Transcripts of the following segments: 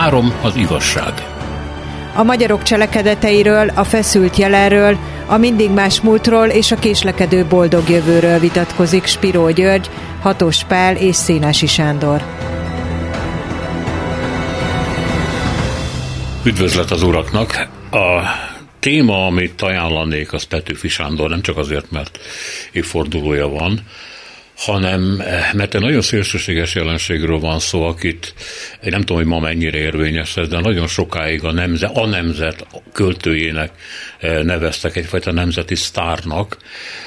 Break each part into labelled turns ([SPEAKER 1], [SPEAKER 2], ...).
[SPEAKER 1] 3. Az igazság.
[SPEAKER 2] A magyarok cselekedeteiről, a feszült jelenről, a mindig más múltról és a késlekedő boldog jövőről vitatkozik Spiró György, Hatos Pál és Szénási Sándor.
[SPEAKER 1] Üdvözlet az uraknak! A téma, amit ajánlanék, az Petőfi Sándor, nem csak azért, mert évfordulója van, hanem mert egy nagyon szélsőséges jelenségről van szó, akit én nem tudom, hogy ma mennyire érvényes ez, de nagyon sokáig a nemzet költőjének neveztek, egyfajta nemzeti sztárnak,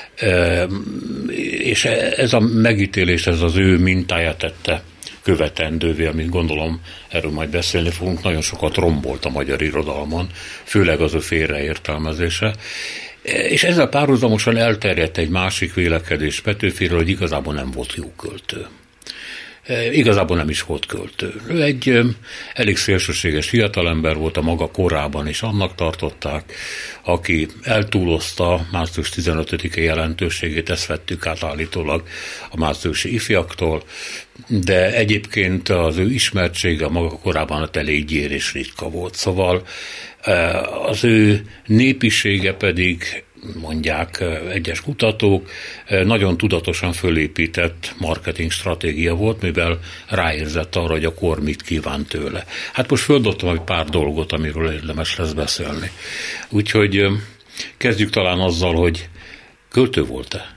[SPEAKER 1] és ez a megítélés, ez az ő mintáját tette követendővé, amit gondolom, erről majd beszélni fogunk, nagyon sokat rombolt a magyar irodalmon, főleg az ő félreértelmezése. És ezzel párhuzamosan elterjedt egy másik vélekedés Petőfiről, hogy igazából nem volt jó költő. Igazából nem is volt költő. Ő egy elég szélsőséges fiatalember volt a maga korában, és annak tartották, aki eltúlozta március 15-i jelentőségét, ezt vettük át állítólag a márciusi ifjaktól, de egyébként az ő ismertsége a maga korában elég gyér és ritka volt. Szóval az ő népisége pedig, mondják egyes kutatók, nagyon tudatosan fölépített marketing stratégia volt, mivel ráérzett arra, hogy a kor mit kíván tőle. Hát most földobtam egy pár dolgot, amiről érdemes lesz beszélni. Úgyhogy kezdjük talán azzal, hogy költő volt-e?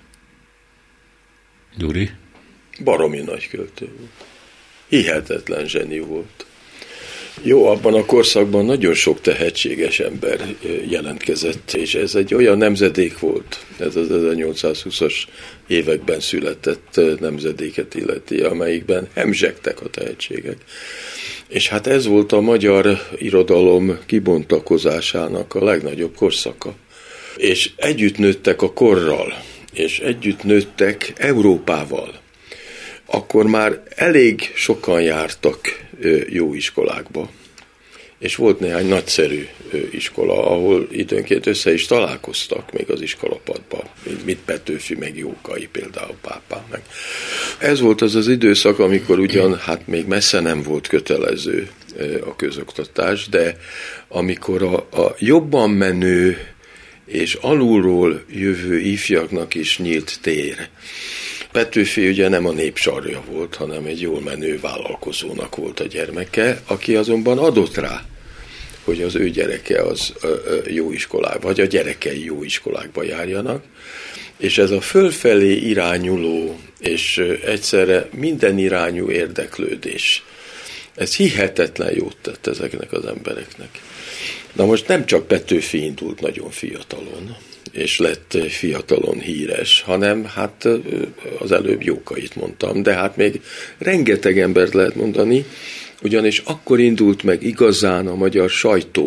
[SPEAKER 1] Gyuri?
[SPEAKER 3] Baromi nagy költő volt. Hihetetlen zseni volt. Jó, abban a korszakban nagyon sok tehetséges ember jelentkezett, és ez egy olyan nemzedék volt, ez az 1820-as években született nemzedéket illeti, amelyikben hemzsegtek a tehetségek. És hát ez volt a magyar irodalom kibontakozásának a legnagyobb korszaka. És együtt nőttek a korral, és együtt nőttek Európával. Akkor már elég sokan jártak jó iskolákba. És volt néhány nagyszerű iskola, ahol időnként össze is találkoztak még az iskolapadban, mint Petőfi, meg Jókai például Pápán meg. Ez volt az az időszak, amikor ugyan hát még messze nem volt kötelező a közoktatás, de amikor a jobban menő és alulról jövő ifjaknak is nyílt tér. Petőfi ugye nem a nép sarja volt, hanem egy jól menő vállalkozónak volt a gyermeke, aki azonban adott rá, hogy az ő gyereke az jó iskolába, vagy a gyerekei jó iskolákba járjanak, és ez a fölfelé irányuló, és egyszerre minden irányú érdeklődés, ez hihetetlen jót tett ezeknek az embereknek. Na most nem csak Petőfi indult nagyon fiatalon, és lett fiatalon híres, hanem hát az előbb Jókait mondtam, de hát még rengeteg embert lehet mondani, ugyanis akkor indult meg igazán a magyar sajtó,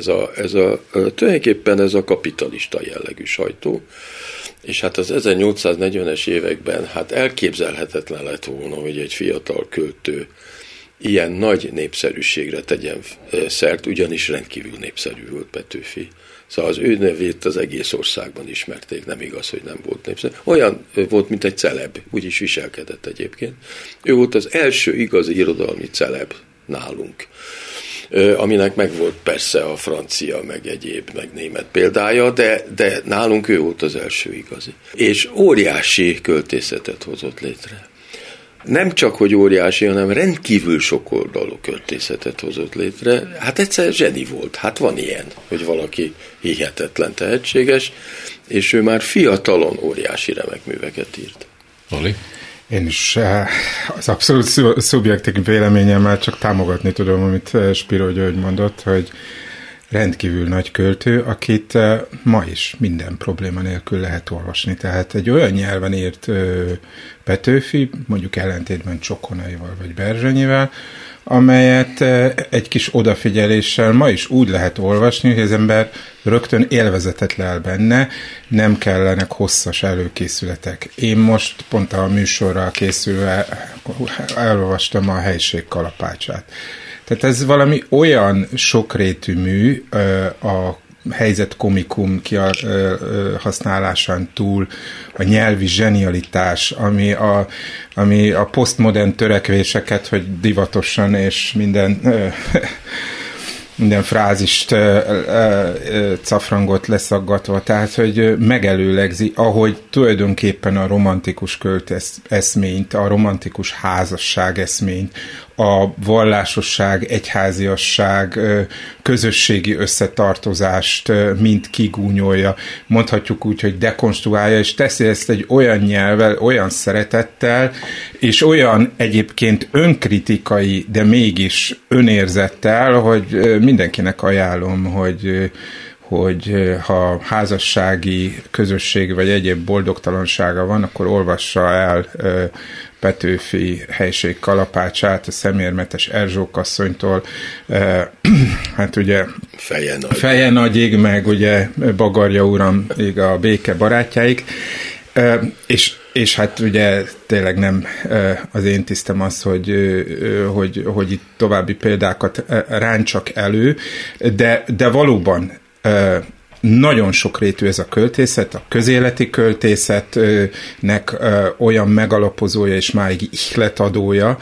[SPEAKER 3] tulajdonképpen ez a kapitalista jellegű sajtó, és hát az 1840-es években hát elképzelhetetlen lett volna, hogy egy fiatal költő ilyen nagy népszerűségre tegyen szert, ugyanis rendkívül népszerű volt Petőfi. Szóval az ő nevét az egész országban ismerték, nem igaz, hogy nem volt népszerű. Olyan volt, mint egy celeb, úgy is viselkedett egyébként. Ő volt az első igazi irodalmi celeb nálunk, aminek megvolt persze a francia, meg egyéb, meg német példája, de nálunk ő volt az első igazi. És óriási költészetet hozott létre. Nem csak, hogy óriási, hanem rendkívül sokoldalú költészetet hozott létre. Hát egyszer zseni volt. Hát van ilyen, hogy valaki hihetetlen tehetséges, és ő már fiatalon óriási remek műveket írt.
[SPEAKER 1] Oli?
[SPEAKER 4] Én is az abszolút szubjektív véleményemmel csak támogatni tudom, amit Spiró György mondott, hogy rendkívül nagy költő, akit ma is minden probléma nélkül lehet olvasni. Tehát egy olyan nyelven írt Petőfi, mondjuk ellentétben Csokonaival vagy Berzsenyivel, amelyet egy kis odafigyeléssel ma is úgy lehet olvasni, hogy az ember rögtön élvezetet lel benne, nem kellenek hosszas előkészületek. Én most pont a műsorra készülve elolvastam a Helység kalapácsát. Tehát ez valami olyan sokrétű mű a helyzet komikum kihasználásán túl a nyelvi zsenialitás, ami a posztmodern törekvéseket, hogy divatosan és minden frázist cafrangot leszaggatva, tehát, hogy megelőlegzi, ahogy tulajdonképpen a romantikus költeszményt, a romantikus házasság eszményt, a vallásosság, egyháziasság, közösségi összetartozást mind kigúnyolja, mondhatjuk úgy, hogy dekonstruálja, és teszi ezt egy olyan nyelvvel, olyan szeretettel, és olyan egyébként önkritikai, de mégis önérzettel, hogy mindenkinek ajánlom, hogy ha házassági, közösség vagy egyéb boldogtalansága van, akkor olvassa el Petőfi helység kalapácsát, a szemérmetes Erzsók asszonytól, hát ugye Feje nagyig, meg ugye Bagarja uramig a béke barátjáig, és hát ugye tényleg nem az én tisztem az, hogy itt további példákat ráncsak elő, de valóban nagyon sokrétű ez a költészet, a közéleti költészetnek olyan megalapozója és máig ihletadója,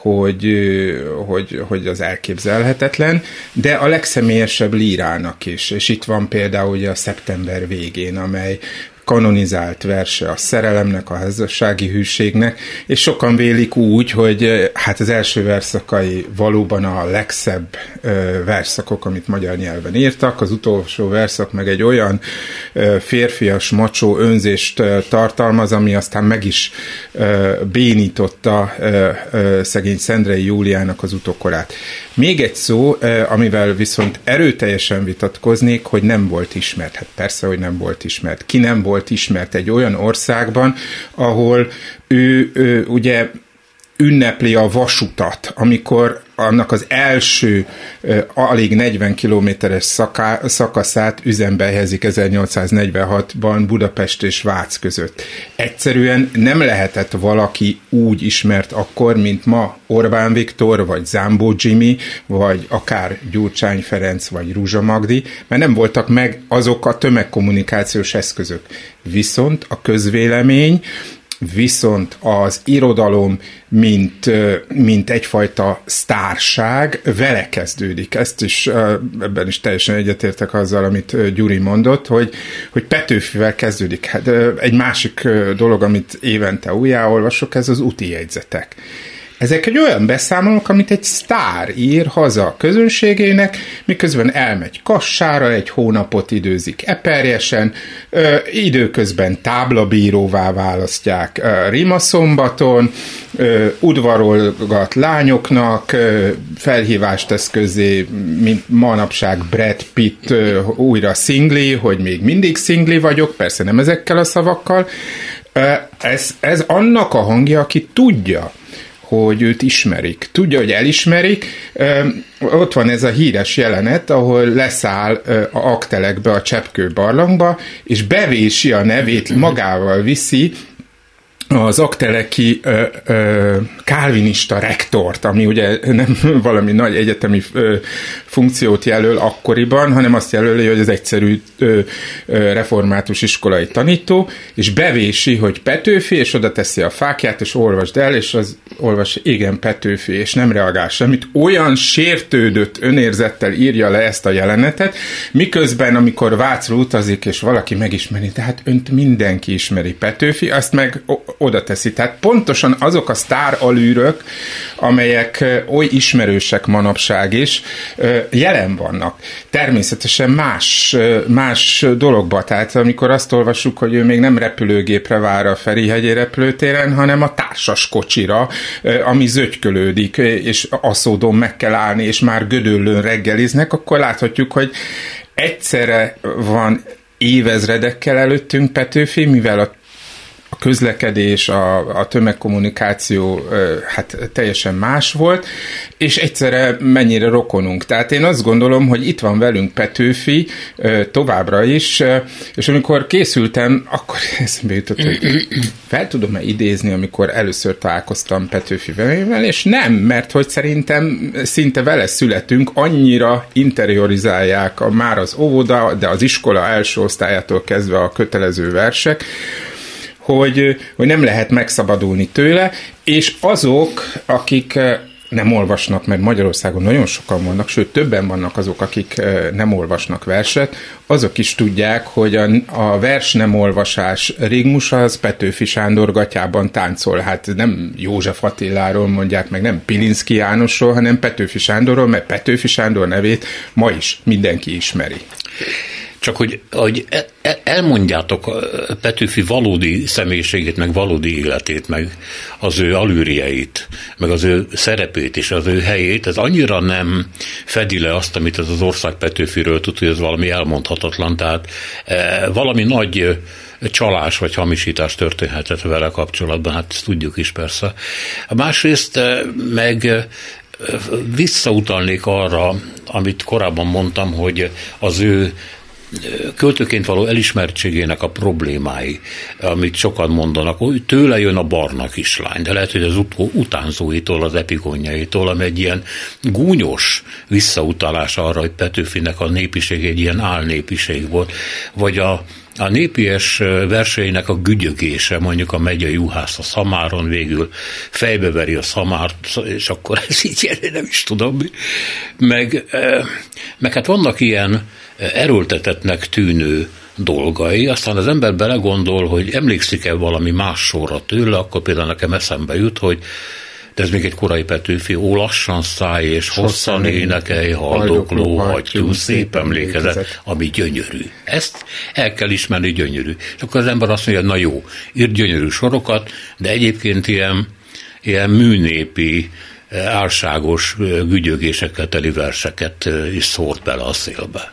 [SPEAKER 4] hogy az elképzelhetetlen, de a legszemélyesebb lírának is, és itt van például ugye a Szeptember végén, amely kanonizált verse a szerelemnek, a házassági hűségnek, és sokan vélik úgy, hogy hát az első verszakai valóban a legszebb verszakok, amit magyar nyelven írtak, az utolsó verszak meg egy olyan férfias, macsó önzést tartalmaz, ami aztán meg is bénította szegény Szendrei Júliának az utókorát. Még egy szó, amivel viszont erőteljesen vitatkoznék, hogy nem volt ismert. Hát persze, hogy nem volt ismert. Ki nem volt ismert egy olyan országban, ahol ő ugye ünnepli a vasutat, amikor annak az első alig 40 kilométeres szakaszát üzembe helyezik 1846-ban Budapest és Vác között. Egyszerűen nem lehetett valaki úgy ismert akkor, mint ma Orbán Viktor, vagy Zámbó Jimmy, vagy akár Gyurcsány Ferenc, vagy Ruzsa Magdi, mert nem voltak meg azok a tömegkommunikációs eszközök. Viszont a közvélemény, viszont az irodalom, mint egyfajta sztárság vele kezdődik. Ezt is, ebben is teljesen egyetértek azzal, amit Gyuri mondott, hogy Petőfivel kezdődik. Hát egy másik dolog, amit évente újjáolvasok, ez az úti jegyzetek. Ezek egy olyan beszámolók, amit egy sztár ír haza a közönségének, miközben elmegy Kassára, egy hónapot időzik Eperjesen, időközben táblabíróvá választják Rimaszombaton, udvarolgat lányoknak, felhívást tesz közé, mint manapság Brad Pitt újra szingli, hogy még mindig szingli vagyok, persze nem ezekkel a szavakkal. Ez annak a hangja, aki tudja, hogy őt ismerik. Tudja, hogy elismerik. Ott van ez a híres jelenet, ahol leszáll a Aktelekbe, a Cseppkő barlangba, és bevési a nevét, magával viszi az akteleki kálvinista rektort, ami ugye nem valami nagy egyetemi funkciót jelöl akkoriban, hanem azt jelöli, hogy az egyszerű református iskolai tanító, és bevési, hogy Petőfi, és oda teszi a fákját, és olvasd el, és az olvas, igen, Petőfi, és nem reagál semmit. Olyan sértődött önérzettel írja le ezt a jelenetet, miközben, amikor Vácra utazik, és valaki megismeri, tehát önt mindenki ismeri, Petőfi, azt meg oda teszi. Tehát pontosan azok a sztáralűrök, amelyek oly ismerősek manapság is, jelen vannak. Természetesen más dologba. Tehát amikor azt olvassuk, hogy ő még nem repülőgépre vár a Ferihegyi repülőtéren, hanem a társas kocsira, ami zögykölődik, és Aszódon meg kell állni, és már Gödöllőn reggeliznek, akkor láthatjuk, hogy egyszerre van évezredekkel előttünk Petőfi, mivel a közlekedés, a tömegkommunikáció hát teljesen más volt, és egyszerre mennyire rokonunk. Tehát én azt gondolom, hogy itt van velünk Petőfi továbbra is, és amikor készültem, akkor eszembe jutott, hogy fel tudom-e idézni, amikor először találkoztam Petőfivel, és nem, mert hogy szerintem szinte vele születünk, annyira interiorizálják már az óvoda, de az iskola első osztályától kezdve a kötelező versek, hogy nem lehet megszabadulni tőle, és azok, akik nem olvasnak, mert Magyarországon nagyon sokan vannak, sőt többen vannak azok, akik nem olvasnak verset, azok is tudják, hogy a vers nem olvasás rigmusa az Petőfi Sándor gatyában táncol. Hát nem József Attiláról mondják meg, nem Pilinszky Jánosról, hanem Petőfi Sándorról, mert Petőfi Sándor nevét ma is mindenki ismeri.
[SPEAKER 1] Csak hogy elmondjátok Petőfi valódi személyiségét, meg valódi életét, meg az ő allűrieit, meg az ő szerepét és az ő helyét, ez annyira nem fedi le azt, amit ez az ország Petőfiről tud, hogy ez valami elmondhatatlan, tehát valami nagy csalás vagy hamisítás történhetett vele kapcsolatban, hát ezt tudjuk is persze. Másrészt meg visszautalnék arra, amit korábban mondtam, hogy az ő költőként való elismertségének a problémái, amit sokan mondanak, hogy tőle jön a barna kislány, de lehet, hogy az utánzóitól, az epigonjaitól, ami egy ilyen gúnyos visszautalás arra, hogy Petőfinek a népiség egy ilyen álnépiség volt, vagy a népies verseinek a gügyögése, mondjuk a megyei juhász a szamáron végül fejbeveri a szamárt, és akkor ez így nem is tudom mi. Meg hát vannak ilyen erőltetettnek tűnő dolgai, aztán az ember belegondol, hogy emlékszik-e valami más sorra tőle, akkor például nekem eszembe jut, hogy de ez még egy korai Petőfi, ó lassan szállj és hosszan énekelj, haldokló, hattyú, szép emlékezet, ami gyönyörű. Ezt el kell ismerni, gyönyörű. És akkor az ember azt mondja, na jó, írt gyönyörű sorokat, de egyébként ilyen műnépi, álságos gügyögésekkel teli verseket is szórt bele a szélbe.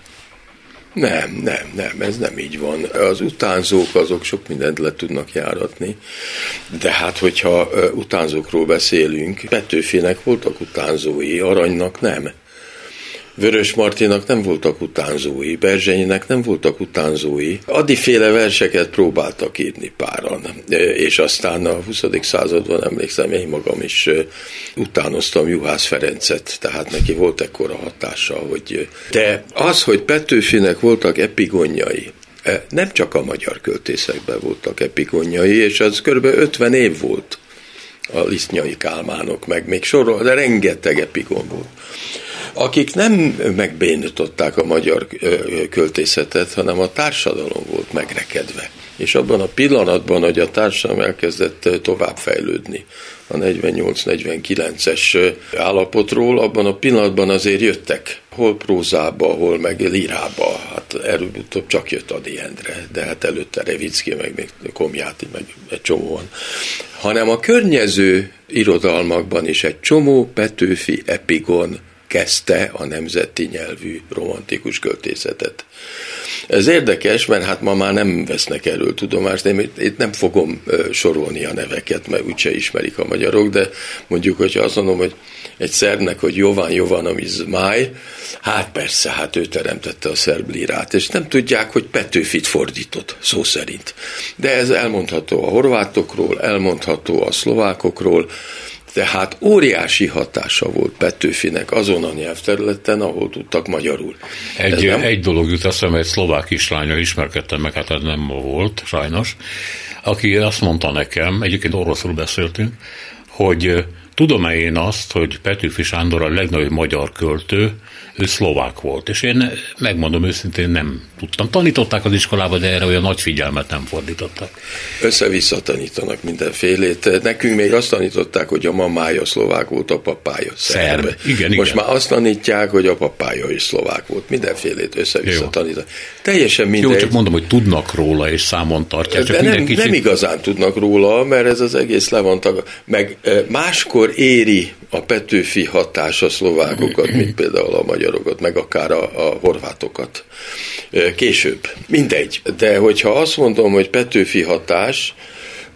[SPEAKER 3] Nem, ez nem így van. Az utánzók azok sok mindent le tudnak járatni, de hát hogyha utánzókról beszélünk, Petőfinek voltak utánzói, Aranynak nem. Vörös Martinak nem voltak utánzói, Berzsenyinek nem voltak utánzói. Addiféle verseket próbáltak írni páran, és aztán a 20. században emlékszem, én magam is utánoztam Juhász Ferencet, tehát neki volt ekkora hatása, hogy... De az, hogy Petőfinek voltak epigonjai, nem csak a magyar költészekben voltak epigonjai, és az kb. 50 év volt a Lisztnyai Kálmánok, meg még sorol, de rengeteg epigon volt, akik nem megbénították a magyar költészetet, hanem a társadalom volt megrekedve. És abban a pillanatban, hogy a társadalom elkezdett továbbfejlődni a 48-49-es állapotról, abban a pillanatban azért jöttek, hol prózába, hol meg lírába. Hát előbb-utóbb csak jött Ady Endre, de hát előtte Revicki, meg még Komjáti, meg egy csomó van. Hanem a környező irodalmakban is egy csomó Petőfi epigon kezdte a nemzeti nyelvű romantikus költészetet. Ez érdekes, mert hát ma már nem vesznek erről tudomást, én itt nem fogom sorolni a neveket, mert úgyse ismerik a magyarok, de mondjuk, hogyha azt mondom, hogy egy szerbnek, hogy Jovan Máj, hát persze, hát ő teremtette a szerb lírát, és nem tudják, hogy Petőfit fordított, szó szerint. De ez elmondható a horvátokról, elmondható a szlovákokról, tehát óriási hatása volt Petőfinek azon a nyelvterületen, ahol tudtak magyarul.
[SPEAKER 1] Egy dolog jut eszembe, egy szlovák kislánya ismerkedtem meg, hát ez nem ma volt, sajnos, aki azt mondta nekem, egyébként oroszul beszéltünk, hogy tudom-e én azt, hogy Petőfi Sándor a legnagyobb magyar költő, ő szlovák volt, és én megmondom őszintén nem tudtam. Tanították az iskolába, de erre olyan nagy figyelmet nem fordítottak.
[SPEAKER 3] Össze-vissza tanítanak mindenfélét. Nekünk még azt tanították, hogy a mamája szlovák volt, a papája szerb.
[SPEAKER 1] Igen.
[SPEAKER 3] Most már azt tanítják, hogy a papája is szlovák volt. Mindenfélét össze-vissza tanítanak. Teljesen mindegy.
[SPEAKER 1] Jó, csak mondom, hogy tudnak róla és számon tartják.
[SPEAKER 3] De nem igazán tudnak róla, mert ez az egész le van meg máskor éri a Petőfi hatás a szlovákokat, mint például a magyarokat, meg akár a horvátokat. Később. Mindegy. De hogyha azt mondom, hogy Petőfi hatás,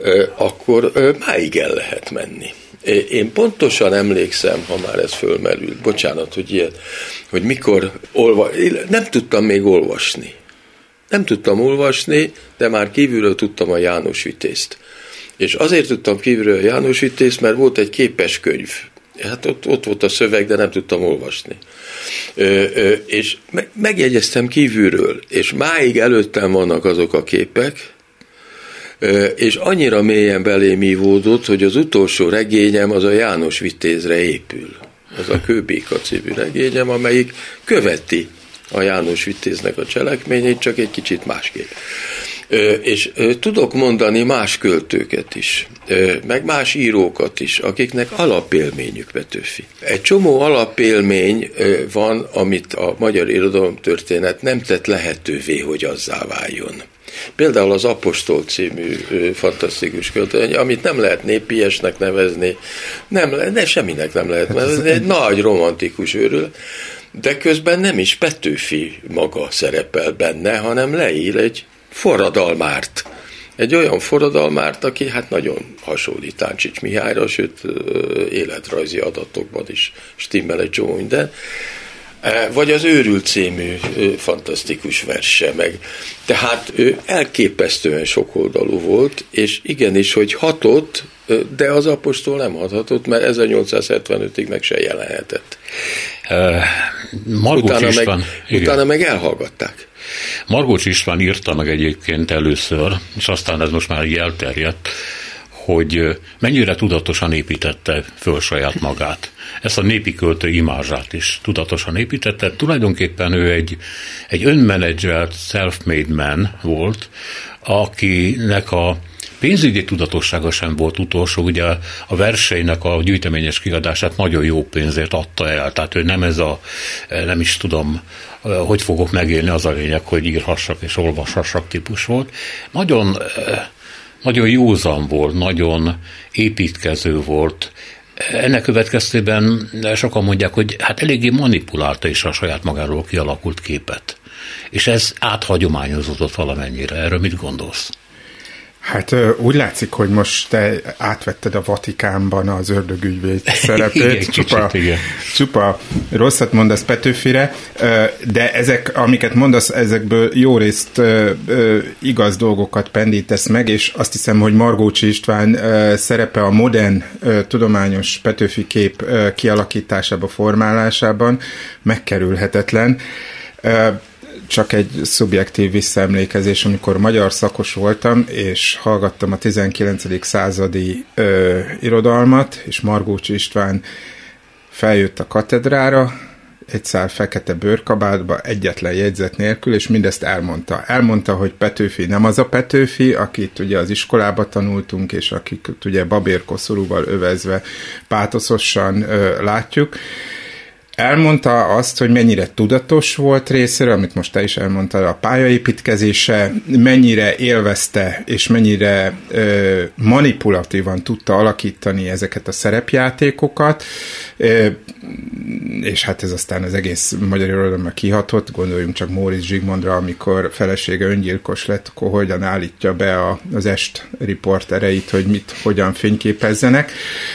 [SPEAKER 3] akkor máig el lehet menni. Én pontosan emlékszem, ha már ez fölmerült, bocsánat, hogy ilyet, hogy mikor nem tudtam még olvasni. Nem tudtam olvasni, de már kívülről tudtam a János Vitézt. És azért tudtam kívülről a János Vitézt, mert volt egy képes könyv. Hát ott volt a szöveg, de nem tudtam olvasni. És megjegyeztem kívülről, és máig előttem vannak azok a képek, és annyira mélyen belém ívódott, hogy az utolsó regényem az a János Vitézre épül. Az a Kőbéka című regényem, amelyik követi a János Vitéznek a cselekményét, csak egy kicsit másképp. És tudok mondani más költőket is, meg más írókat is, akiknek alapélményük Petőfi. Egy csomó alapélmény van, amit a magyar irodalomtörténet nem tett lehetővé, hogy azzá váljon. Például az Apostol című fantasztikus költő, amit nem lehet népiesnek nevezni, semminek nem lehet nevezni, egy nagy romantikus őrül, de közben nem is Petőfi maga szerepel benne, hanem leír egy forradalmárt. Egy olyan forradalmárt, aki hát nagyon hasonlít Táncsics Mihályra, sőt életrajzi adatokban is stimmel egy csomó minden. Vagy az Őrült című fantasztikus verse meg. Tehát ő elképesztően sokoldalú volt, és igenis, hogy hatott, de az apostol nem hathatott, mert 1875-ig meg se jelenhetett. Utána meg elhallgatták.
[SPEAKER 1] Margócs István írta meg egyébként először, és aztán ez most már így elterjedt, hogy mennyire tudatosan építette föl saját magát. Ezt a népi költő imázsát is tudatosan építette. Tulajdonképpen ő egy önmenedzselt self-made man volt, akinek a pénzügyi tudatossága sem volt utolsó, ugye a verseinek a gyűjteményes kiadását nagyon jó pénzért adta el, tehát ő nem nem is tudom, hogy fogok megélni, az a lényeg, hogy írhassak és olvashassak típus volt. Nagyon józan volt, nagyon építkező volt. Ennek következtében sokan mondják, hogy hát eléggé manipulálta is a saját magáról kialakult képet. És ez áthagyományozódott valamennyire. Erről mit gondolsz?
[SPEAKER 4] Hát úgy látszik, hogy most te átvetted a Vatikánban az ördögügyvéd szerepét. Csupa rosszat mondasz Petőfire, de ezek, amiket mondasz, ezekből jó részt igaz dolgokat pendítesz meg, és azt hiszem, hogy Margócsi István szerepe a modern tudományos Petőfi kép kialakításában, formálásában megkerülhetetlen. Csak egy szubjektív visszaemlékezés, amikor magyar szakos voltam, és hallgattam a 19. századi irodalmat, és Margócsi István feljött a katedrára, egy szál fekete bőrkabátba, egyetlen jegyzet nélkül, és mindezt elmondta. Elmondta, hogy Petőfi nem az a Petőfi, akit ugye az iskolába tanultunk, és akik ugye babérkoszorúval övezve pátoszosan látjuk. Elmondta azt, hogy mennyire tudatos volt részéről, amit most te is elmondtál, a pályaépítkezése, mennyire élvezte, és mennyire manipulatívan tudta alakítani ezeket a szerepjátékokat, és hát ez aztán az egész magyar irodalomra kihatott, gondoljunk csak Móricz Zsigmondra, amikor felesége öngyilkos lett, akkor hogyan állítja be az est riportereit, hogy hogyan fényképezzenek.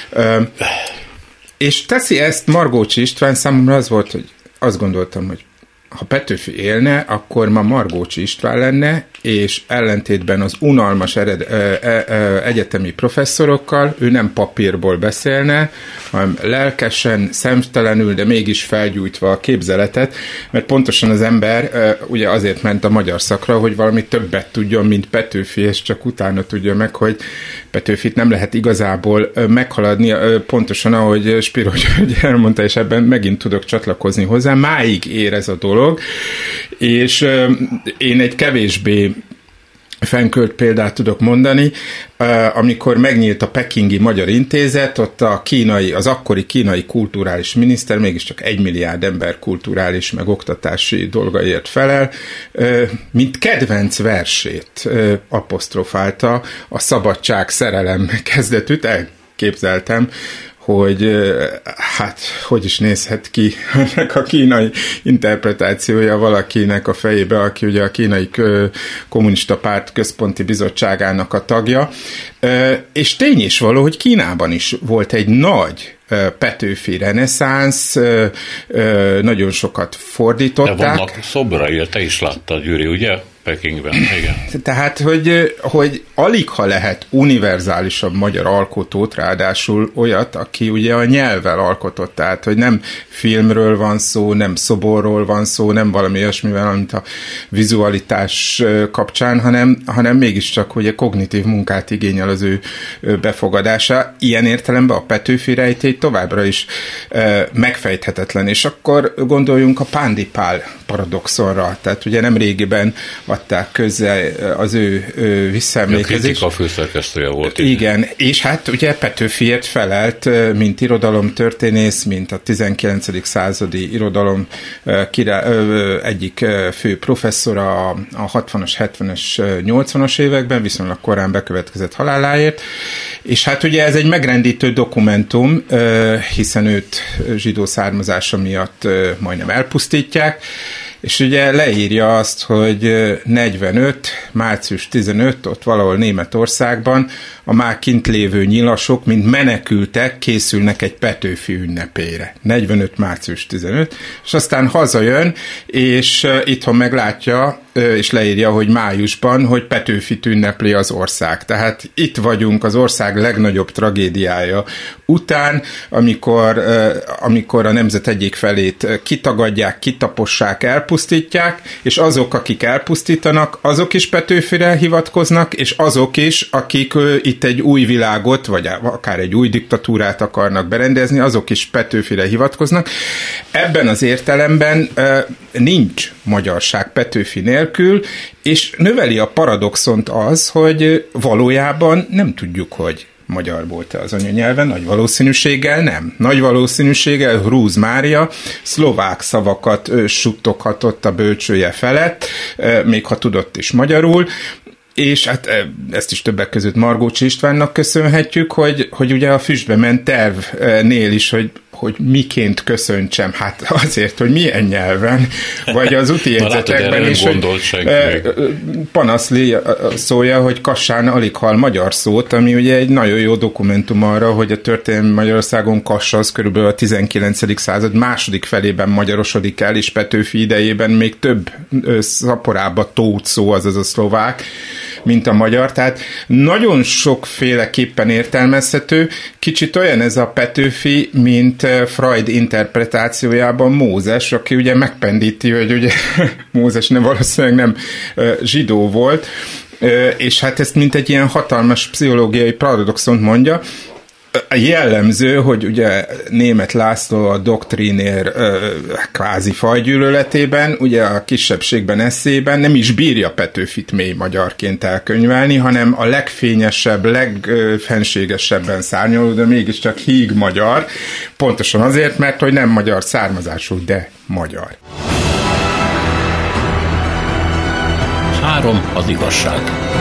[SPEAKER 4] És teszi ezt Margócsi István, számomra az volt, hogy azt gondoltam, hogy ha Petőfi élne, akkor ma Margócsi István lenne, és ellentétben az unalmas egyetemi professzorokkal ő nem papírból beszélne, hanem lelkesen, szemtelenül, de mégis felgyújtva a képzeletet, mert pontosan az ember ugye azért ment a magyar szakra, hogy valami többet tudjon, mint Petőfi, és csak utána tudja meg, hogy Petőfit nem lehet igazából meghaladni, pontosan ahogy Spiro György elmondta, és ebben megint tudok csatlakozni hozzá, máig ér ez a dolog, és én egy kevésbé fennkölt példát tudok mondani, amikor megnyílt a Pekingi Magyar Intézet, ott az akkori kínai kulturális miniszter mégiscsak 1 milliárd ember kulturális meg oktatási dolgaiért felel, mint kedvenc versét apostrofálta a szabadság szerelem kezdetűt, elképzeltem, hát hogy is nézhet ki ennek a kínai interpretációja valakinek a fejébe, aki ugye a kínai kommunista párt központi bizottságának a tagja. És tény is való, hogy Kínában is volt egy nagy Petőfi reneszánsz, nagyon sokat fordították.
[SPEAKER 1] De vannak szobrai, te is láttad, Gyuri, ugye? Pekingben, igen.
[SPEAKER 4] Tehát, hogy alig ha lehet univerzálisabb magyar alkotót, ráadásul olyat, aki ugye a nyelvvel alkotott, tehát, hogy nem filmről van szó, nem szoborról van szó, nem valami olyasmivel, mint a vizualitás kapcsán, hanem mégiscsak ugye kognitív munkát igényel az ő befogadása. Ilyen értelemben a Petőfi rejtély továbbra is megfejthetetlen, és akkor gondoljunk a Pándipál paradoxonra, tehát ugye nem régiben adták közzel az ő visszaemlékezést.
[SPEAKER 1] A főszerkesztője volt.
[SPEAKER 4] Igen, és hát ugye Petőfiért felelt, mint irodalomtörténész, mint a 19. századi irodalom egyik fő professzora a 60-as, 70-es, 80-as években, viszonylag korán bekövetkezett haláláért, és hát ugye ez egy megrendítő dokumentum, hiszen őt zsidó származása miatt majdnem elpusztítják, és ugye leírja azt, hogy 45. március 15. ott valahol Németországban a már kint lévő nyilasok, mint menekültek, készülnek egy Petőfi ünnepére. 45. március 15. És aztán hazajön, és itthon meglátja, és leírja, hogy májusban, hogy Petőfit ünnepli az ország. Tehát itt vagyunk az ország legnagyobb tragédiája után, amikor a nemzet egyik felét kitagadják, kitapossák, elpusztítják, és azok, akik elpusztítanak, azok is Petőfire hivatkoznak, és azok is, akik itt egy új világot, vagy akár egy új diktatúrát akarnak berendezni, azok is Petőfire hivatkoznak. Ebben az értelemben nincs magyarság Petőfi nélkül, és növeli a paradoxont az, hogy valójában nem tudjuk, hogy magyar volt-e az anyanyelven, nagy valószínűséggel nem. Nagy valószínűséggel Hrúz Mária szlovák szavakat suttoghatott a bölcsője felett, még ha tudott is magyarul, és hát ezt is többek között Margócsi Istvánnak köszönhetjük, hogy ugye a Füstbe ment tervnél is, hogy miként köszöntsem, hát azért, hogy milyen nyelven, vagy az úti jegyzetekben is, hogy panaszli szója, hogy Kassán alig hall magyar szót, ami ugye egy nagyon jó dokumentum arra, hogy a történelmi Magyarországon Kassa az körülbelül a 19. század második felében magyarosodik el, és Petőfi idejében még több szaporába tót szó, azaz a szlovák, mint a magyar, tehát nagyon sokféleképpen értelmezhető, kicsit olyan ez a Petőfi, mint Freud interpretációjában Mózes, aki ugye megpendíti, hogy ugye Mózes valószínűleg nem zsidó volt, és hát ezt mint egy ilyen hatalmas pszichológiai paradoxont mondja. Jellemző, hogy ugye Németh László a Doktrinér kvázi fajgyűlöletében, ugye a kisebbségben eszében nem is bírja Petőfit mély magyarként elkönyvelni, hanem a legfényesebb, legfenségesebben szárnyaló, de mégiscsak híg magyar, pontosan azért, mert hogy nem magyar származású, de magyar.
[SPEAKER 1] 3. Az igazság.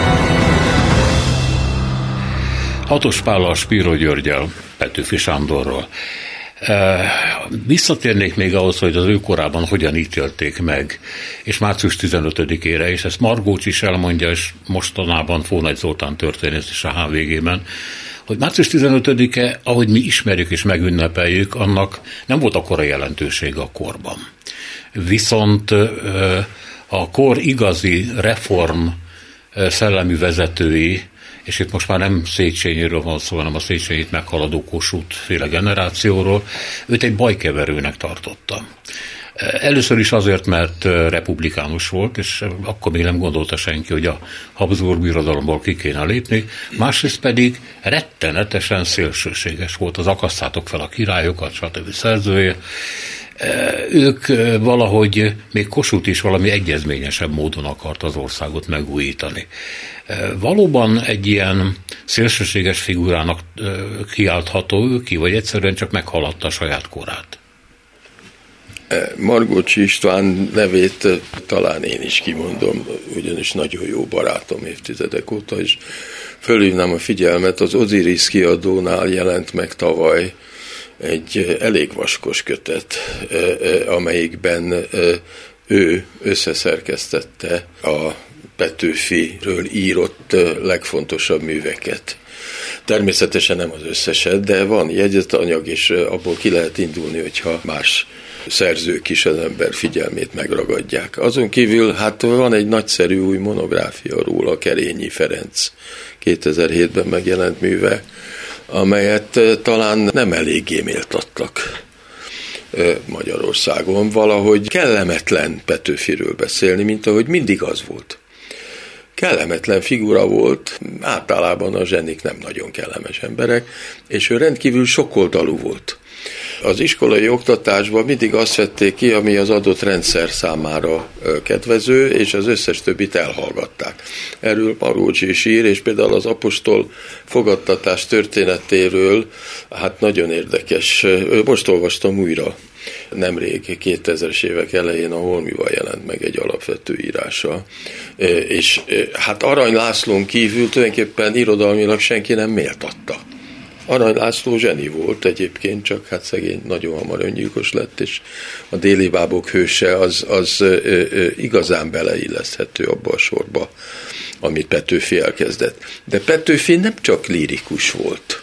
[SPEAKER 1] Hatos Pállal, Spiro Györggyel, Petőfi Sándorról. Visszatérnék még ahhoz, hogy az ő korában hogyan ítélték meg, és március 15-ére, és ezt Margócsi is elmondja, és mostanában Fónagy Zoltán történész is a HVG-ben, hogy március 15-e, ahogy mi ismerjük és megünnepeljük, annak nem volt akkora jelentősége a korban. Viszont a kor igazi reform szellemi vezetői, és itt most már nem Széchenyiről van szó, hanem a Széchenyit meghaladó Kossuth-féle generációról, őt egy bajkeverőnek tartotta. Először is azért, mert republikánus volt, és akkor még nem gondolta senki, hogy a Habsburg birodalomból ki kéne lépni, másrészt pedig rettenetesen szélsőséges volt, az akasztátok fel a királyokat, stb. Szerzője. Ők valahogy, még Kossuth is valami egyezményesebb módon akart az országot megújítani. Valóban egy ilyen szélsőséges figurának kiáltható ő ki, vagy egyszerűen csak meghaladta a saját korát?
[SPEAKER 3] Margócsi István nevét talán én is kimondom, ugyanis nagyon jó barátom évtizedek óta, és fölhívnám a figyelmet, az Osiris kiadónál jelent meg tavaly egy elég vaskos kötet, amelyikben ő összeszerkesztette a Petőfiről írott legfontosabb műveket. Természetesen nem az összeset, de van jegyzetanyag, és abból ki lehet indulni, hogyha más szerzők is az ember figyelmét megragadják. Azon kívül hát van egy nagyszerű új monográfia róla, Kerényi Ferenc 2007-ben megjelent műve, amelyet talán nem eléggé méltattak Magyarországon. Valahogy kellemetlen Petőfiről beszélni, mint ahogy mindig az volt. Kellemetlen figura volt, általában a zsenik nem nagyon kellemes emberek, és ő rendkívül sokoldalú volt. Az iskolai oktatásban mindig azt vették ki, ami az adott rendszer számára kedvező, és az összes többit elhallgatták. Erről Marócsi is ír, és például az apostol fogadtatás történetéről, hát nagyon érdekes. Most olvastam újra, nemrég 2000-es évek elején a Holmival jelent meg egy alapvető írása, és hát Arany Lászlón kívül tulajdonképpen irodalmilag senki nem méltatta. Arany László zseni volt egyébként, csak hát szegény nagyon hamar öngyilkos lett, és a Déli bábok hőse az igazán beleilleszthető abba a sorba, amit Petőfi elkezdett. De Petőfi nem csak lírikus volt,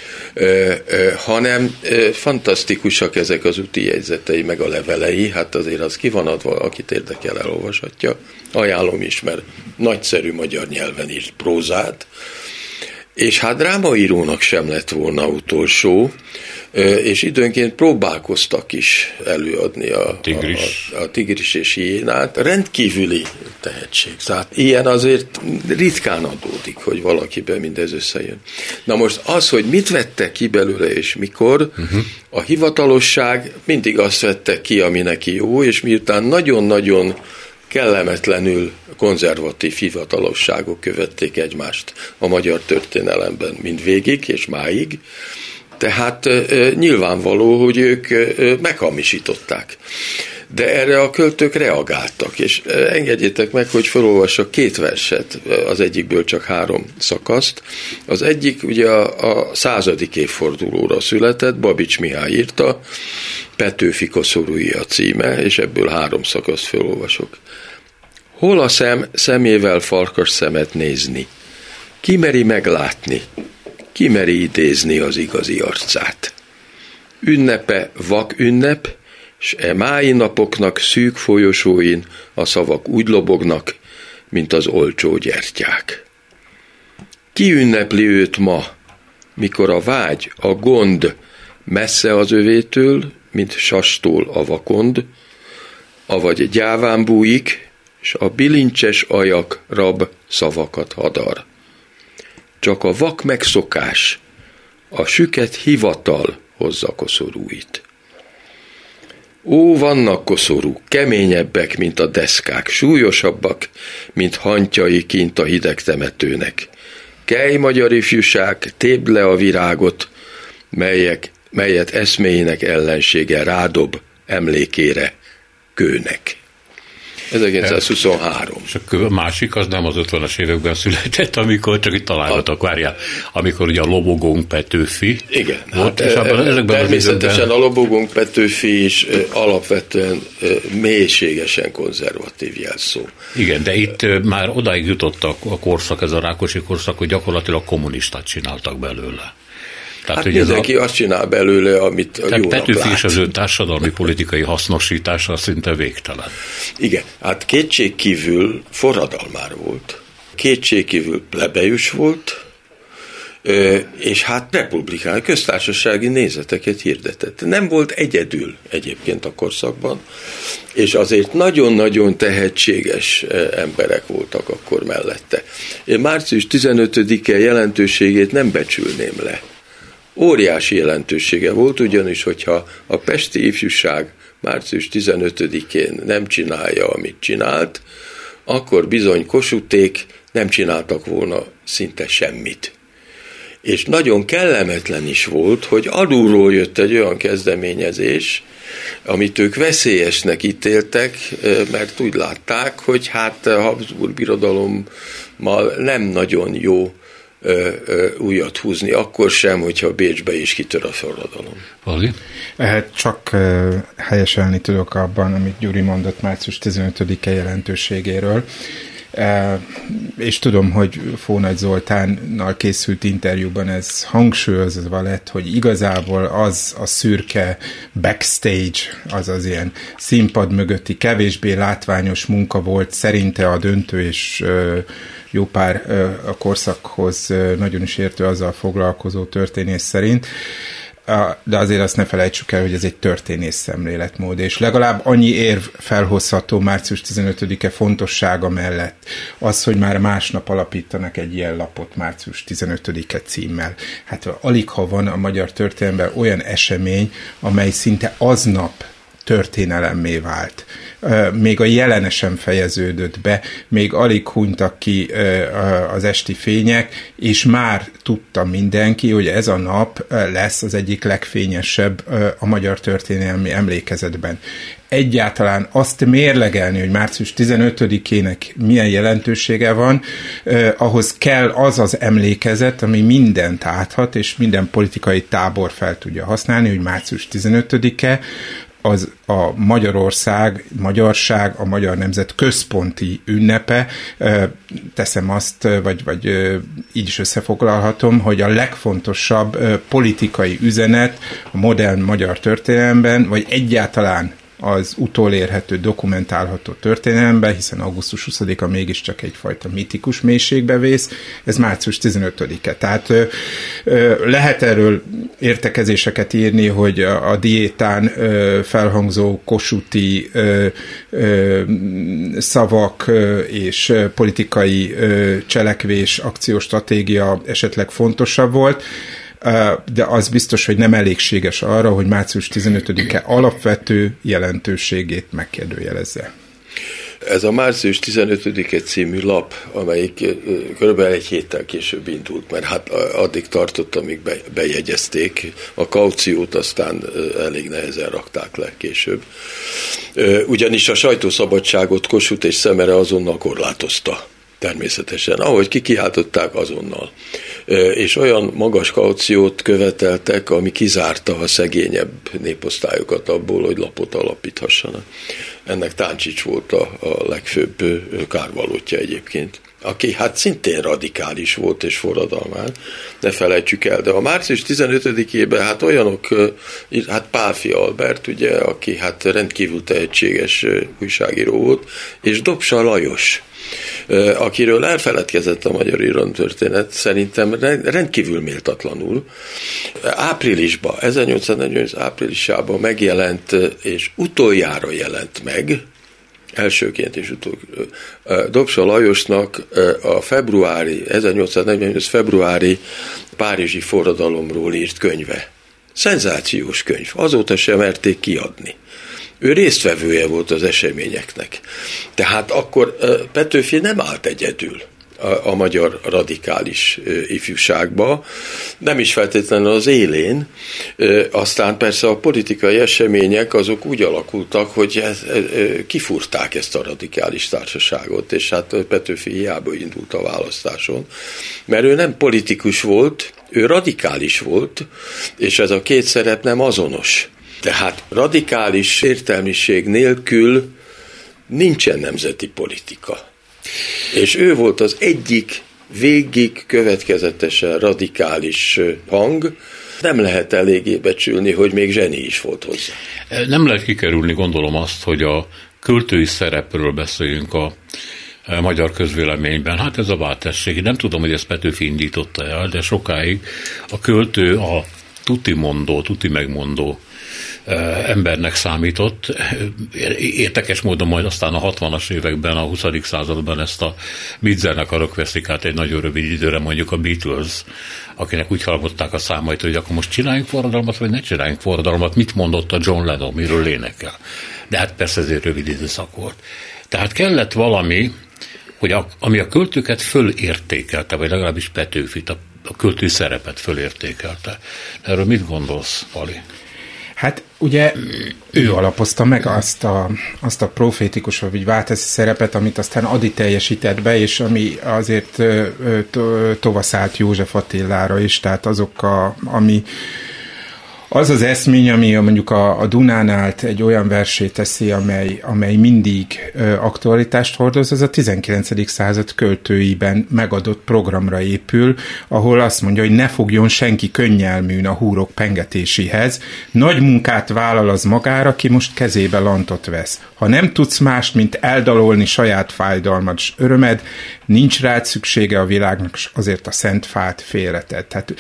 [SPEAKER 3] hanem fantasztikusak ezek az úti jegyzetei, meg a levelei, hát azért az ki van adva, akit érdekel, elolvashatja. Ajánlom is, mert nagyszerű magyar nyelven írt prózát, és hát drámaírónak sem lett volna utolsó, és időnként próbálkoztak is előadni a Tigris és Hiénát. Rendkívüli tehetség. Tehát ilyen azért ritkán adódik, hogy valakiben mindez összejön. Na most az, hogy mit vettek ki belőle és mikor, a hivatalosság mindig azt vette ki, ami neki jó, és miután nagyon-nagyon kellemetlenül konzervatív hivatalosságok követték egymást a magyar történelemben mindvégig és máig, tehát nyilvánvaló, hogy ők meghamisították. De erre a költők reagáltak, és engedjétek meg, hogy felolvassak 2 verset, az egyikből csak 3 szakaszt. Az egyik ugye a 100. évfordulóra született, Babics Mihály írta, Petőfi koszorúi a címe, és ebből 3 szakaszt felolvasok. Hol a szem szemével farkas szemet nézni? Ki meri meglátni? Ki meri idézni az igazi arcát? Ünnepe vak ünnep, s e mái napoknak szűk folyosóin a szavak úgy lobognak, mint az olcsó gyertyák. Ki ünnepli őt ma, mikor a vágy, a gond messze az övétől, mint sastól a vakond, avagy gyáván bújik, s a bilincses ajak rab szavakat hadar. Csak a vak megszokás, a süket hivatal hozza koszorúit. Ó, vannak koszorúk, keményebbek, mint a deszkák, súlyosabbak, mint hantjai kint a hideg temetőnek. Kelj, magyar ifjúság, tépd le a virágot, melyet eszméinek ellensége rádob emlékére, kőnek. 1923.
[SPEAKER 1] És a másik az nem az 50-es években született, amikor csak itt találgatok, várjál, amikor ugye a Lobogónk Petőfi
[SPEAKER 3] igen,
[SPEAKER 1] volt,
[SPEAKER 3] hát, és természetesen a Lobogónk Petőfi is alapvetően mélységesen konzervatív jelszó.
[SPEAKER 1] Igen, de itt már odáig jutott a korszak, ez a Rákosi korszak, hogy gyakorlatilag kommunistát csináltak belőle.
[SPEAKER 3] Tehát, hát mindenki azt csinál belőle, amit a jónak lát.
[SPEAKER 1] Petőfi és az ő társadalmi politikai hasznosítása szinte végtelen.
[SPEAKER 3] Igen, hát kétségkívül forradalmár volt, kétségkívül plebejus volt, és hát republikán, köztársasági nézeteket hirdetett. Nem volt egyedül egyébként a korszakban, és azért nagyon-nagyon tehetséges emberek voltak akkor mellette. Én március 15-e jelentőségét nem becsülném le. Óriási jelentősége volt, ugyanis, hogyha a pesti ifjúság március 15-én nem csinálja, amit csinált, akkor bizony Kossuthték nem csináltak volna szinte semmit. És nagyon kellemetlen is volt, hogy alulról jött egy olyan kezdeményezés, amit ők veszélyesnek ítéltek, mert úgy látták, hogy hát a Habsburg birodalommal nem nagyon jó újat húzni, akkor sem, hogyha Bécsbe is kitör a forradalom.
[SPEAKER 1] Vali?
[SPEAKER 4] Csak helyeselni tudok abban, amit Gyuri mondott március 15-e jelentőségéről. És tudom, hogy Fónagy Zoltánnal készült interjúban ez hangsúlyozva lett, hogy igazából az a szürke backstage, az ilyen színpad mögötti kevésbé látványos munka volt szerinte a döntő és jó pár a korszakhoz nagyon is értő azzal foglalkozó történész szerint, de azért azt ne felejtsük el, hogy ez egy történész szemléletmód, és legalább annyi érv felhozható március 15-e fontossága mellett. Az, hogy már másnap alapítanak egy ilyen lapot március 15-e címmel. Hát alig ha van a magyar történelemben olyan esemény, amely szinte aznap történelemmé vált. Még a jelene sem fejeződött be, még alig hunytak ki az esti fények, és már tudta mindenki, hogy ez a nap lesz az egyik legfényesebb a magyar történelmi emlékezetben. Egyáltalán azt mérlegelni, hogy március 15-ének milyen jelentősége van, ahhoz kell az az emlékezet, ami mindent áthat, és minden politikai tábor fel tudja használni, hogy március 15-e az a magyarság, a magyar nemzet központi ünnepe. Teszem azt, vagy így is összefoglalhatom, hogy a legfontosabb politikai üzenet a modern magyar történelemben, vagy egyáltalán az utolérhető, dokumentálható történelemben, hiszen augusztus 20-a mégiscsak egyfajta mitikus mélységbe vész, ez március 15-e. Tehát lehet erről értekezéseket írni, hogy a diétán felhangzó kossuthi szavak és politikai cselekvés, akcióstratégia esetleg fontosabb volt, de az biztos, hogy nem elégséges arra, hogy március 15-e alapvető jelentőségét megkérdőjelezze.
[SPEAKER 3] Ez a március 15-e című lap, amelyik körülbelül egy héttel később indult, mert hát addig tartott, amíg bejegyezték. A kauciót aztán elég nehezen rakták le később. Ugyanis a sajtószabadságot Kossuth és Szemere azonnal korlátozta. Természetesen, ahogy kikiáltották azonnal. És olyan magas kauciót követeltek, ami kizárta a szegényebb néposztályokat abból, hogy lapot alapíthassanak. Ennek Táncsics volt a legfőbb kárvalótja egyébként, aki hát szintén radikális volt és forradalmán, ne felejtsük el, de a március 15-ében hát olyanok, hát Pálffy Albert, ugye, aki hát rendkívül tehetséges újságíró volt, és Dobsa Lajos, akiről elfeledkezett a magyar irodalomtörténet, szerintem rendkívül méltatlanul. Áprilisban, 1848 áprilisában megjelent, és utoljára jelent meg, elsőként és Dobsa Lajosnak a 1848 februári párizsi forradalomról írt könyve. Szenzációs könyv, azóta sem merték kiadni. Ő résztvevője volt az eseményeknek. Tehát akkor Petőfi nem állt egyedül a magyar radikális ifjúságba, nem is feltétlenül az élén, aztán persze a politikai események azok úgy alakultak, hogy kifúrták ezt a radikális társaságot, és hát Petőfi hiába indult a választáson, mert ő nem politikus volt, ő radikális volt, és ez a két szerep nem azonos. Tehát radikális értelmiség nélkül nincsen nemzeti politika. És ő volt az egyik végig következetesen radikális hang, nem lehet eléggé becsülni, hogy még zseni is volt hozzá.
[SPEAKER 1] Nem lehet kikerülni, gondolom azt, hogy a költői szerepről beszéljünk a magyar közvéleményben. Hát ez a váltesség. Nem tudom, hogy ezt Petőfi indította el, de sokáig a költő a tuti megmondó embernek számított. Érdekes módon majd aztán a 60-as években, a 20. században ezt a Midzernek a rockvesztikát egy nagyon rövid időre, mondjuk a Beatles, akinek úgy hallották a számait, hogy akkor most csináljunk forradalmat, vagy ne csináljunk forradalmat, mit mondott a John Lennon, miről énekel. De hát persze ezért rövid időszak volt. Tehát kellett valami, hogy ami a költőket fölértékelte, vagy legalábbis Petőfit, a költői szerepet fölértékelte. Erről mit gondolsz, Pali?
[SPEAKER 4] Hát ugye ő alapozta meg azt a profétikus, vagy váltászi szerepet, amit aztán Ady teljesített be, és ami azért tovaszált József Attilára is, tehát ami az az eszmény, ami mondjuk a Dunánál egy olyan versét teszi, amely mindig aktualitást hordoz, az a 19. század költőiben megadott programra épül, ahol azt mondja, hogy ne fogjon senki könnyelműn a húrok pengetéséhez, nagy munkát vállal az magára, ki most kezébe lantot vesz. Ha nem tudsz mást, mint eldalolni saját fájdalmad s örömed, nincs rád szüksége a világnak, s azért a szent fát félreted. Tehát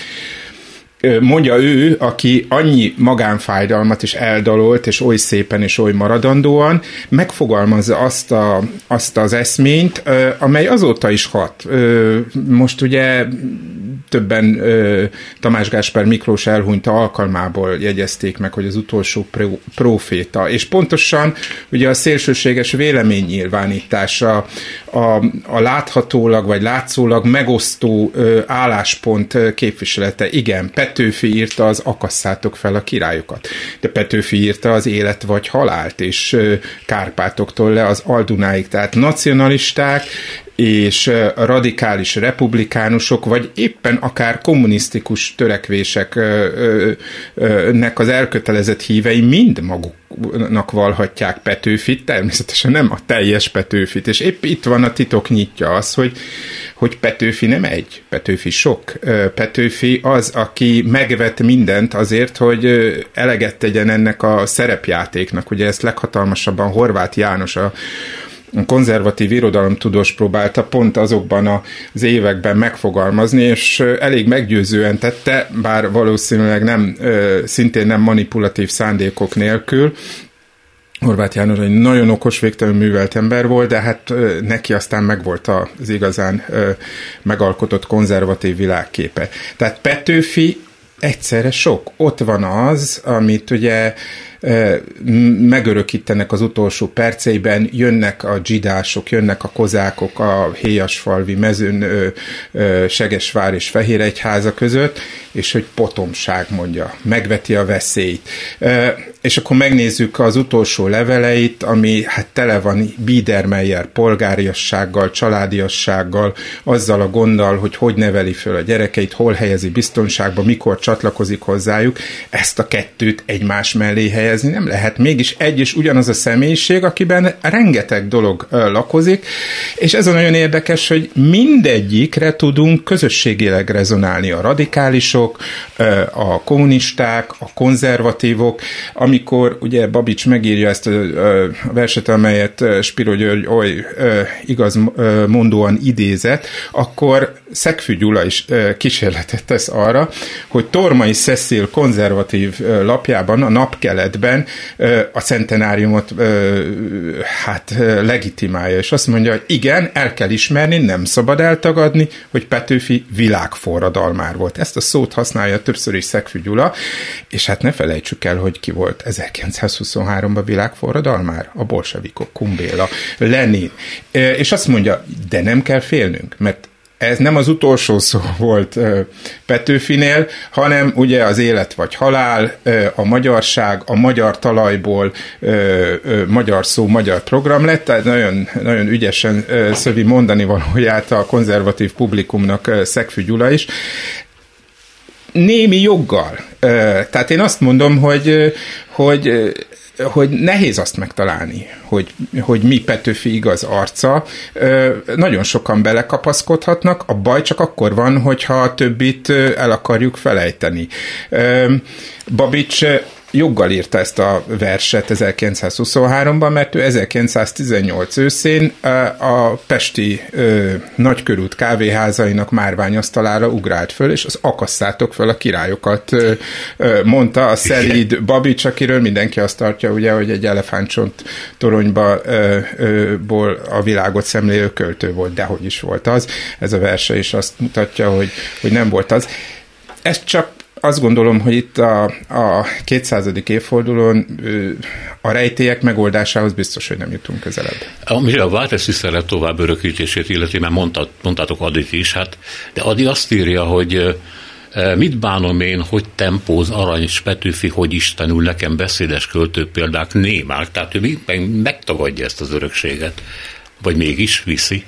[SPEAKER 4] mondja ő, aki annyi magánfájdalmat is eldalolt, és oly szépen és oly maradandóan, megfogalmazza azt az eszményt, amely azóta is hat. Most ugye többen Tamás Gáspár Miklós elhunyta alkalmából jegyezték meg, hogy az utolsó próféta. És pontosan ugye a szélsőséges véleménynyilvánítása, a láthatólag vagy látszólag megosztó álláspont képviselete. Igen, Petőfi írta az Akasszátok fel a királyokat, de Petőfi írta az Élet vagy halált, és Kárpátoktól le az Aldunáig, tehát nacionalisták és radikális republikánusok, vagy éppen akár kommunisztikus törekvéseknek az elkötelezett hívei mind maguknak valhatják Petőfit, természetesen nem a teljes Petőfit, és épp itt van a titok nyitja az, hogy Petőfi nem egy, Petőfi sok. Petőfi az, aki megvet mindent azért, hogy eleget tegyen ennek a szerepjátéknak. Ugye ezt leghatalmasabban Horváth János, a konzervatív irodalomtudós próbálta pont azokban az években megfogalmazni, és elég meggyőzően tette, bár valószínűleg szintén nem manipulatív szándékok nélkül. Horváth János egy nagyon okos, végtelenül művelt ember volt, de hát neki aztán megvolt az igazán megalkotott konzervatív világképe. Tehát Petőfi egyszerre sok. Ott van az, amit ugye megörökítenek az utolsó perceiben, jönnek a dzsidások, jönnek a kozákok a Héjasfalvi mezőn, Segesvár és Fehéregyháza között, és hogy potomság mondja, megveti a veszélyt. És akkor megnézzük az utolsó leveleit, ami hát tele van Biedermeier polgáriassággal, családiassággal, azzal a gonddal, hogy neveli föl a gyerekeit, hol helyezi biztonságba, mikor csatlakozik hozzájuk. Ezt a kettőt egymás mellé helyezni nem lehet. Mégis egy és ugyanaz a személyiség, akiben rengeteg dolog lakozik, és ez a nagyon érdekes, hogy mindegyikre tudunk közösségileg rezonálni. A radikálisok, a kommunisták, a konzervatívok. Amikor ugye Babics megírja ezt a verset, amelyet Spiro György oly igazmondóan idézett, akkor Szegfű Gyula is kísérletet tesz arra, hogy Tormai Cecil konzervatív lapjában, a Napkeletben a centenáriumot legitimálja, és azt mondja, hogy igen, el kell ismerni, nem szabad eltagadni, hogy Petőfi világforradalmár volt. Ezt a szót használja többször is Szegfű Gyula, és hát ne felejtsük el, hogy ki volt 1923-ban világforradalmár? A bolsevikok, Kumbéla, Lenin. És azt mondja, de nem kell félnünk, mert ez nem az utolsó szó volt Petőfinél, hanem ugye az élet vagy halál, a magyarság, a magyar talajból magyar szó, magyar program lett, tehát nagyon, nagyon ügyesen szövi mondani valóját a konzervatív publikumnak Szegfű Gyula is. Némi joggal. Tehát én azt mondom, hogy nehéz azt megtalálni, hogy mi Petőfi igaz arca. Nagyon sokan belekapaszkodhatnak, a baj csak akkor van, hogyha a többit el akarjuk felejteni. Babics joggal írta ezt a verset 1923-ban, mert ő 1918 őszén a pesti nagykörút kávéházainak márványasztalára ugrált föl, és az Akasszátok föl a királyokat mondta a szelíd Babics, akiről mindenki azt tartja, ugye, hogy egy elefántcsont toronyból a világot szemlélő költő volt, de hogy is volt az. Ez a verse is azt mutatja, hogy nem volt az. Ez csak azt gondolom, hogy itt a 200. évfordulón a rejtélyek megoldásához biztos, hogy nem jutunk közelebb.
[SPEAKER 1] Ami a változtisztelet tovább örökítését illeti, mert mondtátok Adyt is, hát, de Ady azt írja, hogy Mit bánom én, hogy tempóz Aranyos Petőfi, hogy Istenül, nekem beszédes költő példák némák, tehát ő megtagadja ezt az örökséget, vagy mégis viszi?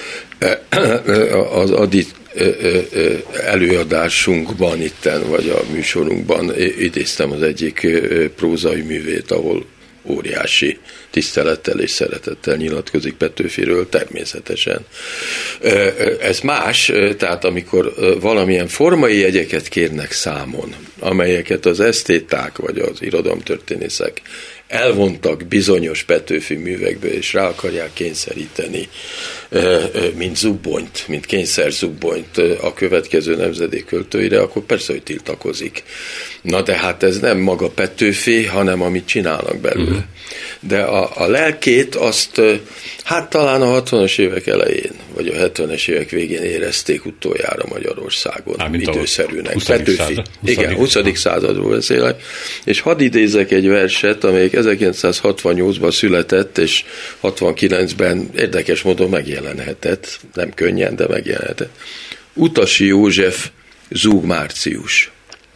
[SPEAKER 3] Az Adi előadásunkban itten, vagy a műsorunkban idéztem az egyik prózai művét, ahol óriási tisztelettel és szeretettel nyilatkozik Petőfiről, természetesen. Ez más, tehát amikor valamilyen formai jegyeket kérnek számon, amelyeket az esztéták vagy az irodalomtörténészek elvontak bizonyos Petőfi művekből, és rá akarják kényszeríteni, mint zubbonyt, mint kényszerzubbonyt a következő nemzedék költőire, akkor persze, hogy tiltakozik. Na de hát ez nem maga Petőfi, hanem amit csinálnak belőle. De a lelkét azt hát talán a 60-as évek elején, vagy a 70-es évek végén érezték utoljára Magyarországon időszerűnek. Petőfi. Igen, 20. századról beszélek. És hadd idézek egy verset, amelyik 1968-ban született, és 69-ben érdekes módon megjelenhetett, nem könnyen, de megjelenhetett. Utasi József, Zúg Március.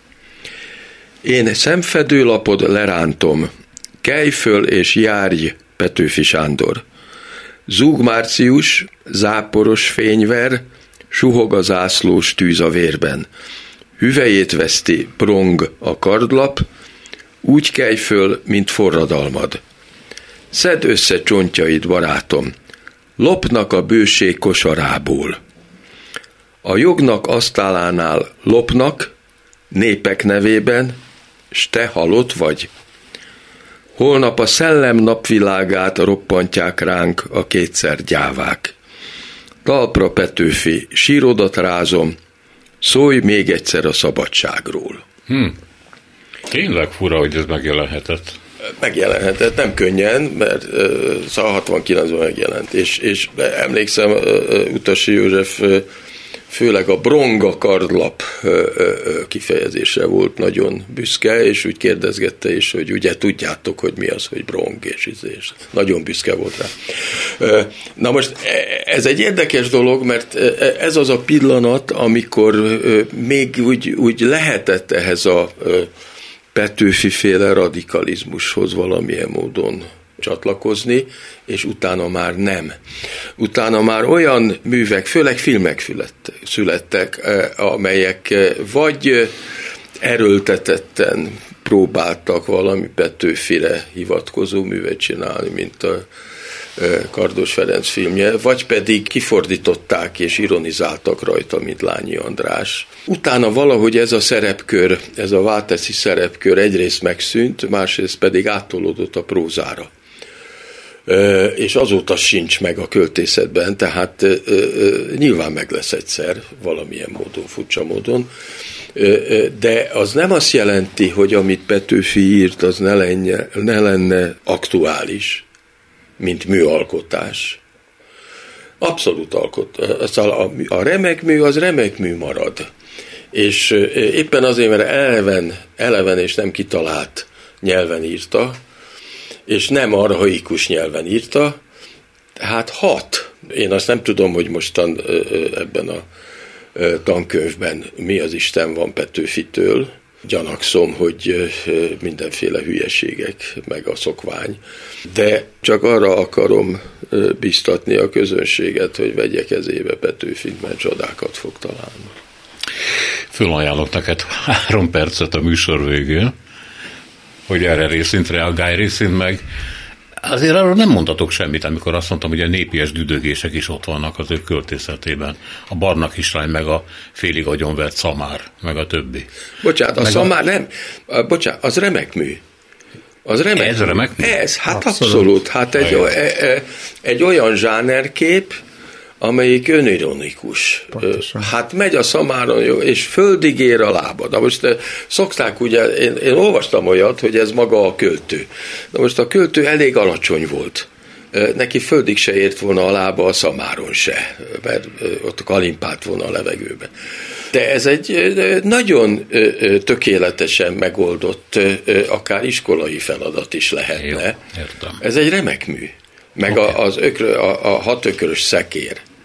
[SPEAKER 3] Én szemfedőlapod lerántom, kelj föl és járj, Petőfi Sándor. Zúg Március, záporos fényver, suhog a zászlós tűz a vérben. Hüvelyét veszti prong a kardlap, úgy kelj föl, mint forradalmad. Szedd össze csontjaid, barátom, lopnak a bőség kosarából. A jognak asztalánál lopnak, népek nevében, s te halott vagy. Holnap a szellem napvilágát roppantják ránk a kétszer gyávák. Talpra Petőfi, sírodat rázom, szólj még egyszer a szabadságról.
[SPEAKER 1] Tényleg fura, hogy ez megjelenhetett.
[SPEAKER 3] Megjelenhetett, nem könnyen, mert 69-ben megjelent, és emlékszem, Utasi József főleg a bronga kardlap kifejezésre volt nagyon büszke, és úgy kérdezgette is, hogy ugye tudjátok, hogy mi az, hogy brong, és nagyon büszke volt rá. Na most ez egy érdekes dolog, mert ez az a pillanat, amikor még úgy lehetett ehhez a Petőfi-féle radikalizmushoz valamilyen módon csatlakozni, és utána már nem. Utána már olyan művek, főleg filmek születtek, amelyek vagy erőltetetten próbáltak valami Petőfire hivatkozó művet csinálni, mint a Kardos Ferenc filmje, vagy pedig kifordították és ironizáltak rajta, mint Lányi András. Utána valahogy ez a szerepkör, ez a válteszi szerepkör egyrészt megszűnt, másrészt pedig áttolódott a prózára. És azóta sincs meg a költészetben, tehát nyilván meg lesz egyszer, valamilyen módon, furcsa módon, de az nem azt jelenti, hogy amit Petőfi írt, az ne lenne aktuális, mint műalkotás. Abszolút a remek mű az remek mű marad. És éppen azért, mert eleven és nem kitalált nyelven írta, és nem archaikus nyelven írta, tehát hat. Én azt nem tudom, hogy mostan ebben a tankönyvben mi az Isten van Petőfitől. Gyanakszom, hogy mindenféle hülyeségek, meg a szokvány. De csak arra akarom biztatni a közönséget, hogy vegye kezébe Petőfit, mert csodákat fog találni.
[SPEAKER 1] Fölajánlok neked 3 percet a műsor végén, hogy erre részint reagálj, részint meg. Azért arról nem mondhatok semmit, amikor azt mondtam, hogy a népies düdögések is ott vannak az ő költészetében. A barna kislány, meg a félig agyonvert szamár, meg a többi.
[SPEAKER 3] Bocsánat, a meg szamár nem, bocsánat, az remek mű. Az remek
[SPEAKER 1] ez mű. Remek mű?
[SPEAKER 3] Ez, hát abszolút. Hát egy olyan zsánerkép, amelyik önironikus. Pontosan. Hát megy a szamáron, és földig ér a lába. Na most szokták ugye, én olvastam olyat, hogy ez maga a költő. Na most a költő elég alacsony volt. Neki földig se ért volna a lába, a szamáron se, mert ott kalimpált volna a levegőbe. De ez egy nagyon tökéletesen megoldott, akár iskolai feladat is lehetne.
[SPEAKER 1] Jó, értem.
[SPEAKER 3] Ez egy remek mű. Meg a 6 ökrös szekér.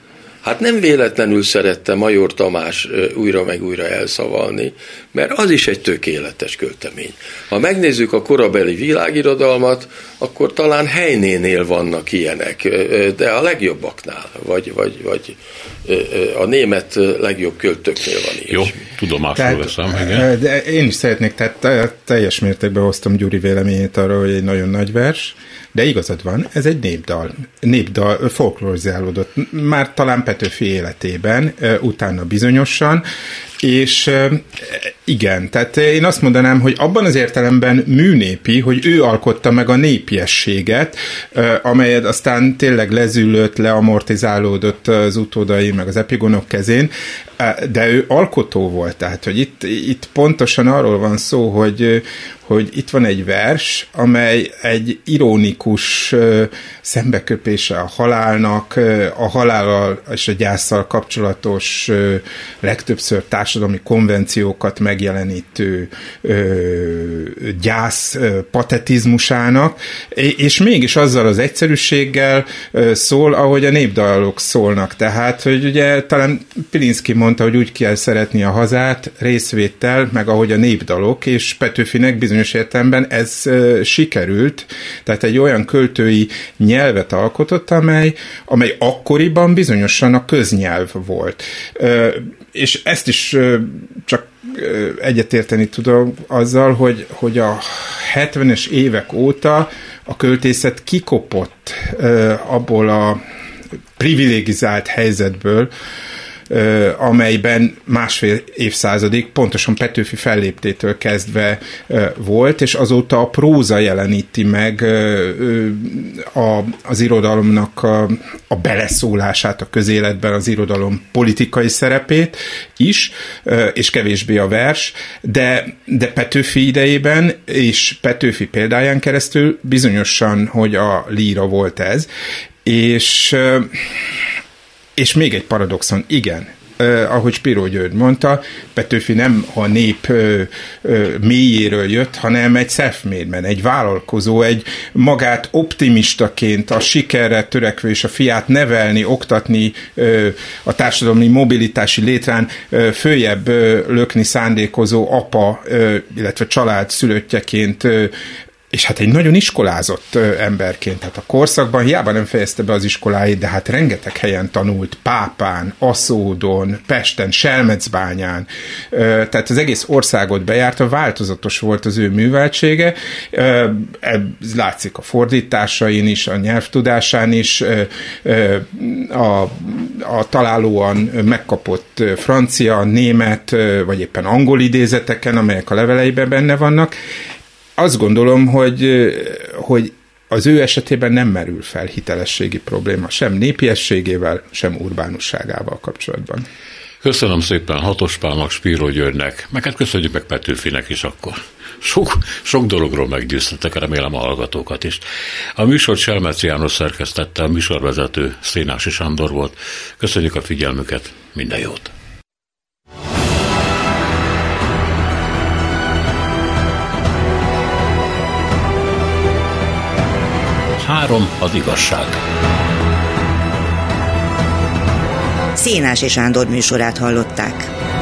[SPEAKER 3] Hát nem véletlenül szerette Major Tamás újra meg újra elszavalni, mert az is egy tökéletes költemény. Ha megnézzük a korabeli világirodalmat, akkor talán Heinénél vannak ilyenek, de a legjobbaknál, vagy a német legjobb költőknél van ilyen.
[SPEAKER 1] Jó, tudomásul veszem, igen.
[SPEAKER 4] De én is szeretnék, tehát teljes mértékben hoztam Gyuri véleményét arról, hogy egy nagyon nagy vers, de igazad van, ez egy népdal folklorizálódott, már talán Petőfi életében, utána bizonyosan, és igen, tehát én azt mondanám, hogy abban az értelemben műnépi, hogy ő alkotta meg a népiességet, amelyet aztán tényleg lezüllött, leamortizálódott az utódai, meg az epigonok kezén, de ő alkotó volt, tehát hogy itt pontosan arról van szó, hogy itt van egy vers, amely egy ironikus szembeköpése a halálnak, a halállal és a gyásszal kapcsolatos legtöbbször társadalmi konvenciókat megjelenítő gyász patetizmusának, és mégis azzal az egyszerűséggel szól, ahogy a népdalok szólnak. Tehát, hogy ugye talán Pilinszky mondta, hogy úgy kell szeretni a hazát, részvéttel, meg ahogy a népdalok, és Petőfinek bizonyos értelemben ez sikerült, tehát egy olyan költői nyelvet alkotott, amely akkoriban bizonyosan a köznyelv volt. És ezt is csak egyetérteni tudom azzal, hogy a 70-es évek óta a költészet kikopott abból a privilegizált helyzetből, amelyben másfél évszázadig pontosan Petőfi felléptétől kezdve volt, és azóta a próza jeleníti meg az irodalomnak a beleszólását a közéletben, az irodalom politikai szerepét is, és kevésbé a vers, de Petőfi idejében, és Petőfi példáján keresztül bizonyosan, hogy a líra volt ez, és még egy paradoxon, igen, ahogy Spiró György mondta, Petőfi nem a nép mélyéről jött, hanem egy self-made-ben, egy vállalkozó, egy magát optimistaként, a sikerre törekvő és a fiát nevelni, oktatni, a társadalmi mobilitási létrán följebb lökni szándékozó apa, illetve család szülöttjeként, és hát egy nagyon iskolázott emberként, tehát a korszakban hiába nem fejezte be az iskoláit, de hát rengeteg helyen tanult, Pápán, Aszódon, Pesten, Selmecbányán, tehát az egész országot bejárta, változatos volt az ő műveltsége, ez látszik a fordításain is, a nyelvtudásán is, a találóan megkapott francia, német, vagy éppen angol idézeteken, amelyek a leveleiben benne vannak. Azt gondolom, hogy az ő esetében nem merül fel hitelességi probléma, sem népiességével, sem urbánusságával kapcsolatban.
[SPEAKER 1] Köszönöm szépen Hatos Pálnak, Spiró Györgynek, meg hát köszönjük meg Petőfinek is akkor. Sok dologról meggyőztetek, remélem a hallgatókat is. A műsort Selmeci János szerkesztette, a műsorvezető Szénási Sándor volt. Köszönjük a figyelmüket, minden jót! Az igazság.
[SPEAKER 5] Szénási Sándor műsorát hallották.